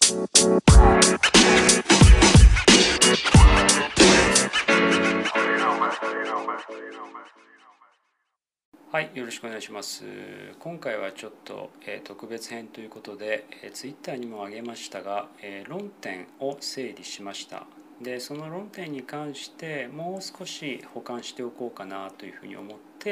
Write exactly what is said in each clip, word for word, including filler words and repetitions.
はい、よろしくお願いします。今回はちょっと、えー、特別編ということで、えー、ツイッターにも挙げましたが、えー、論点を整理しました。で、その論点に関してもう少し補完しておこうかなというふうに思って、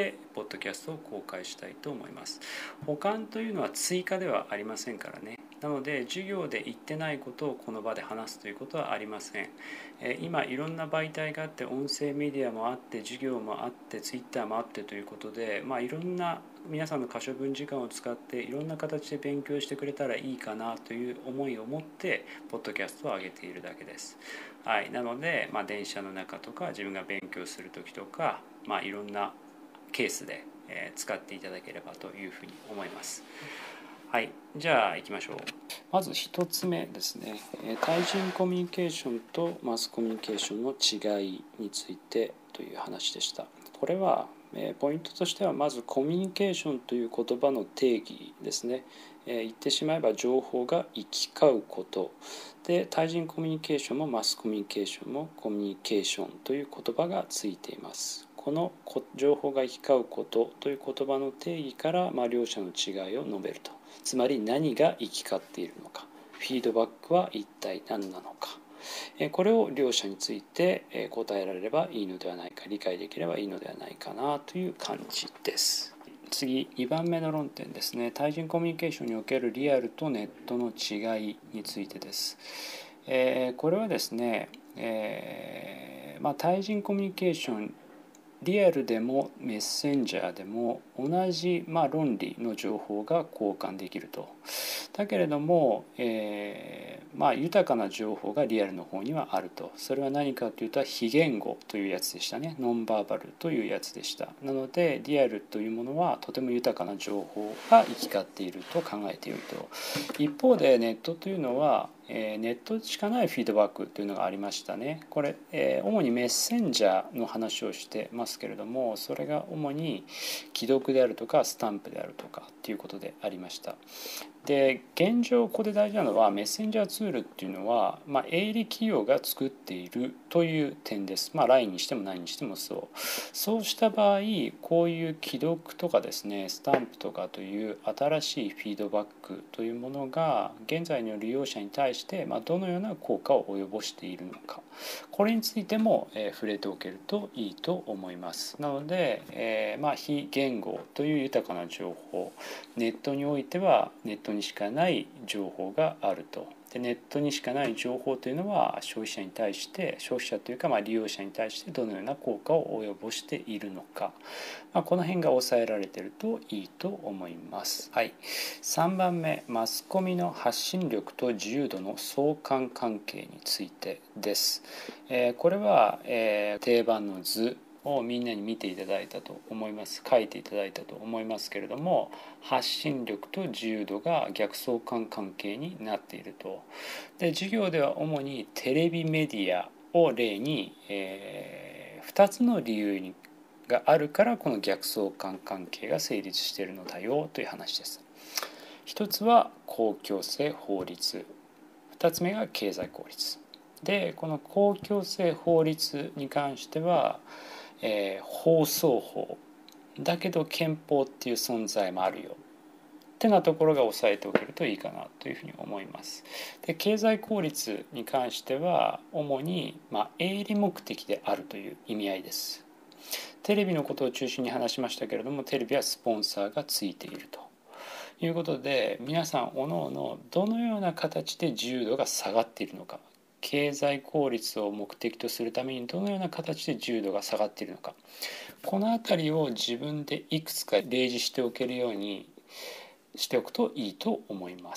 ポッドキャストを公開したいと思います。補完というのは追加ではありませんからね。なので、授業で言ってないことをこの場で話すということはありません。今いろんな媒体があって、音声メディアもあって、授業もあって、ツイッターもあってということで、まあ、いろんな皆さんの可処分時間を使っていろんな形で勉強してくれたらいいかなという思いを持ってポッドキャストを上げているだけです。はい、なので、まあ、電車の中とか自分が勉強する時とか、まあ、いろんなケースで使っていただければというふうに思います。はい、じゃあ行きましょう。まず一つ目ですね、対人コミュニケーションとマスコミュニケーションの違いについてという話でした。これはポイントとしては、まずコミュニケーションという言葉の定義ですね。言ってしまえば情報が行き交うことで、対人コミュニケーションもマスコミュニケーションもコミュニケーションという言葉がついています。この情報が行き交うことという言葉の定義から、まあ、両者の違いを述べると。つまり何が行き交っているのか、フィードバックは一体何なのか、これを両者について答えられればいいのではないか、理解できればいいのではないかなという感じです。次、にばんめの論点ですね。対人コミュニケーションにおけるリアルとネットの違いについてです。えー、これはですね、えーまあ、対人コミュニケーション、リアルでもメッセンジャーでも同じ、まあ、論理の情報が交換できると。だけれども、えーまあ、豊かな情報がリアルの方にはあると。それは何かというと、非言語というやつでしたね。ノンバーバルというやつでした。なのでリアルというものはとても豊かな情報が行き交っていると考えていると。一方でネットというのは、えー、ネットしかないフィードバックというのがありましたね。これ、えー、主にメッセンジャーの話をしてますけれども、それが主に既読であるとかスタンプであるとかということでありました。で、現状ここで大事なのは、メッセンジャーツールっていうのは、まあ、営利企業が作っているという点です。まあ、ライン にしても何にしてもそう。そうした場合、こういう既読とかですね、スタンプとかという新しいフィードバックというものが現在の利用者に対して、まあ、どのような効果を及ぼしているのか、これについても、えー、触れておけるといいと思います。なので、えーまあ、非言語という豊かな情報、ネットにおいてはネットにしかない情報があると。で、ネットにしかない情報というのは消費者に対して消費者というかまあ利用者に対してどのような効果を及ぼしているのか、まあ、この辺が抑えられているといいと思います。はい、さんばんめ、マスコミの発信力と自由度の相関関係についてです。えー、これは、えー、定番の図をみんなに見ていただいたと思います。書いていただいたと思いますけれども、発信力と自由度が逆相関関係になっていると。で、授業では主にテレビメディアを例に、えー、ふたつの理由があるからこの逆相関関係が成立しているのだよという話です。一つは公共性法律、二つ目が経済効率で、この公共性法律に関しては、えー、放送法だけど憲法っていう存在もあるよってなところが押さえておけるといいかなというふうに思います。で、経済効率に関しては主に、まあ、営利目的であるという意味合いです。テレビのことを中心に話しましたけれども、テレビはスポンサーがついているということで、皆さんおのおのどのような形で自由度が下がっているのか、経済効率を目的とするためにどのような形で自由度が下がっているのか、このあたりを自分でいくつか例示しておけるようにしておくといいと思います。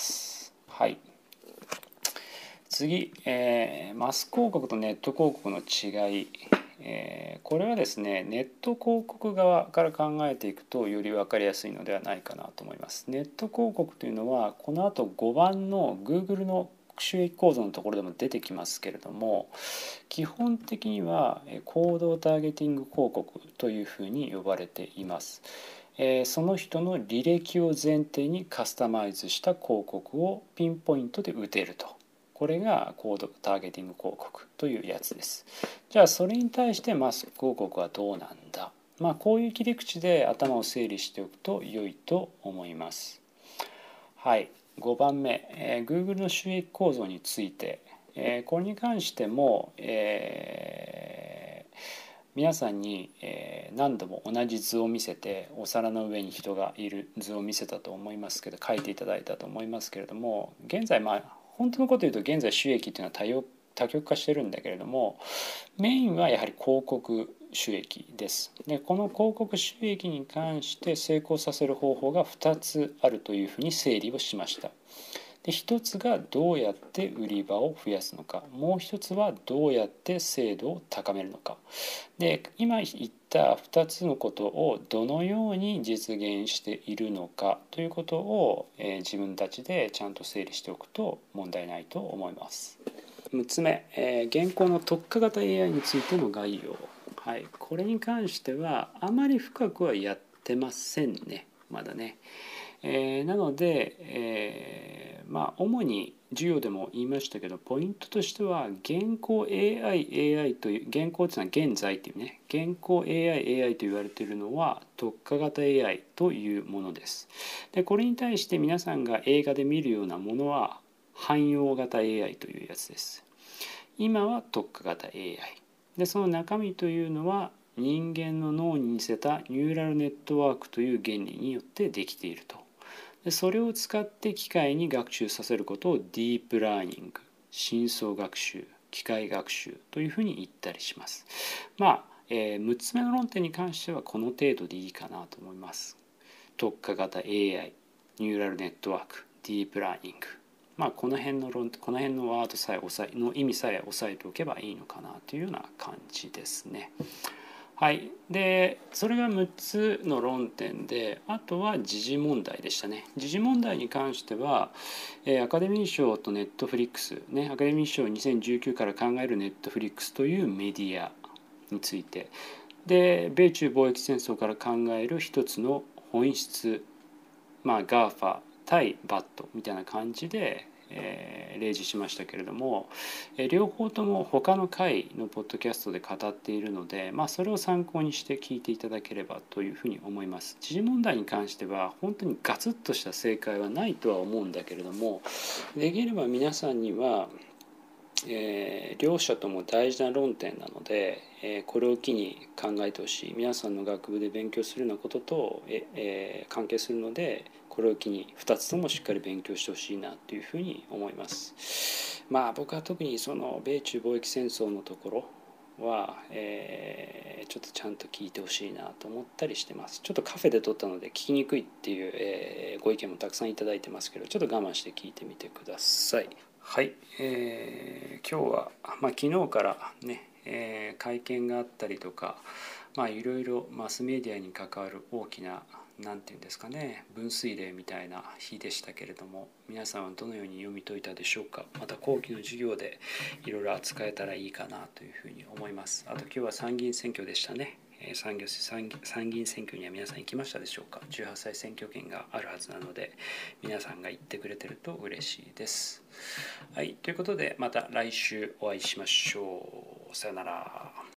はい。次、えー、マス広告とネット広告の違い、えー、これはですね、ネット広告側から考えていくとより分かりやすいのではないかなと思います。ネット広告というのはこの後ごばんの Google の収益構造のところでも出てきますけれども、基本的には行動ターゲティング広告というふうに呼ばれています。えー、その人の履歴を前提にカスタマイズした広告をピンポイントで打てるとこれが高度ターゲティング広告というやつです。じゃあそれに対してマスク広告はどうなんだ。まあこういう切り口で頭を整理しておくと良いと思います。はい、ごばんめ、えー、Google の収益構造について、えー、これに関しても、えー、皆さんに、えー、何度も同じ図を見せて、お皿の上に人がいる図を見せたと思いますけど、書いていただいたと思いますけれども、現在まあ本当のこと言うと現在収益っていうのは多様多極化してるんだけれども、メインはやはり広告収益です。でこの広告収益に関して成功させる方法がふたつあるというふうに整理をしました。でひとつがどうやって売り場を増やすのか、もう一つはどうやって精度を高めるのか。で今言ったふたつのことをどのように実現しているのかということを、えー、自分たちでちゃんと整理しておくと問題ないと思います。むつめ、えー、現行の特化型 エーアイ についての概要。はい、これに関してはあまり深くはやってませんね、まだね。えー、なので、えー、まあ主に授業でも言いましたけど、ポイントとしては現行 エーアイ、エーアイ という、現行というのは現在というね、現行 エーアイ、エーアイ と言われているのは特化型 エーアイ というものです。でこれに対して皆さんが映画で見るようなものは汎用型 エーアイ というやつです。今は特化型 エーアイ で、その中身というのは人間の脳に似せたニューラルネットワークという原理によってできていると。でそれを使って機械に学習させることをディープラーニング、深層学習、機械学習というふうに言ったりします。まあ、えー、むっつめの論点に関してはこの程度でいいかなと思います。特化型 エーアイ、ニューラルネットワーク、ディープラーニング、まあこの辺の論この辺のワードさえ押さえの意味さえ押さえておけばいいのかなというような感じですね。はい、でそれがむっつの論点で、あとは時事問題でしたね。時事問題に関しては、えー、アカデミー賞とネットフリックス、ね、アカデミー賞にせんじゅうきゅうから考えるネットフリックスというメディアについてで、米中貿易戦争から考える一つの本質、まあ ガーファ 対バットみたいな感じで、えー、例示しましたけれども、えー、両方とも他の回のポッドキャストで語っているので、まあ、それを参考にして聞いていただければというふうに思います。時事問題に関しては本当にガツッとした正解はないとは思うんだけれども、できれば皆さんにはえー、両者とも大事な論点なので、えー、これを機に考えてほしい。皆さんの学部で勉強するようなことと、ええー、関係するので、これを機にふたつともしっかり勉強してほしいなというふうに思います。まあ僕は特にその米中貿易戦争のところは、えー、ちょっとちゃんと聞いてほしいなと思ったりしてます。ちょっとカフェで撮ったので聞きにくいっていう、えー、ご意見もたくさんいただいてますけど、ちょっと我慢して聞いてみてください。はい、えー、今日は、まあ、昨日からね、えー、会見があったりとか、まあ、いろいろマスメディアに関わる大きな、なんていうんですかね、分水嶺みたいな日でしたけれども、皆さんはどのように読み解いたでしょうか。また後期の授業でいろいろ扱えたらいいかなというふうに思います。あと今日は参議院選挙でしたね。参議院選挙には皆さん行きましたでしょうか。じゅうはっさい選挙権があるはずなので、皆さんが行ってくれてると嬉しいです。はい、ということでまた来週お会いしましょう。さよなら。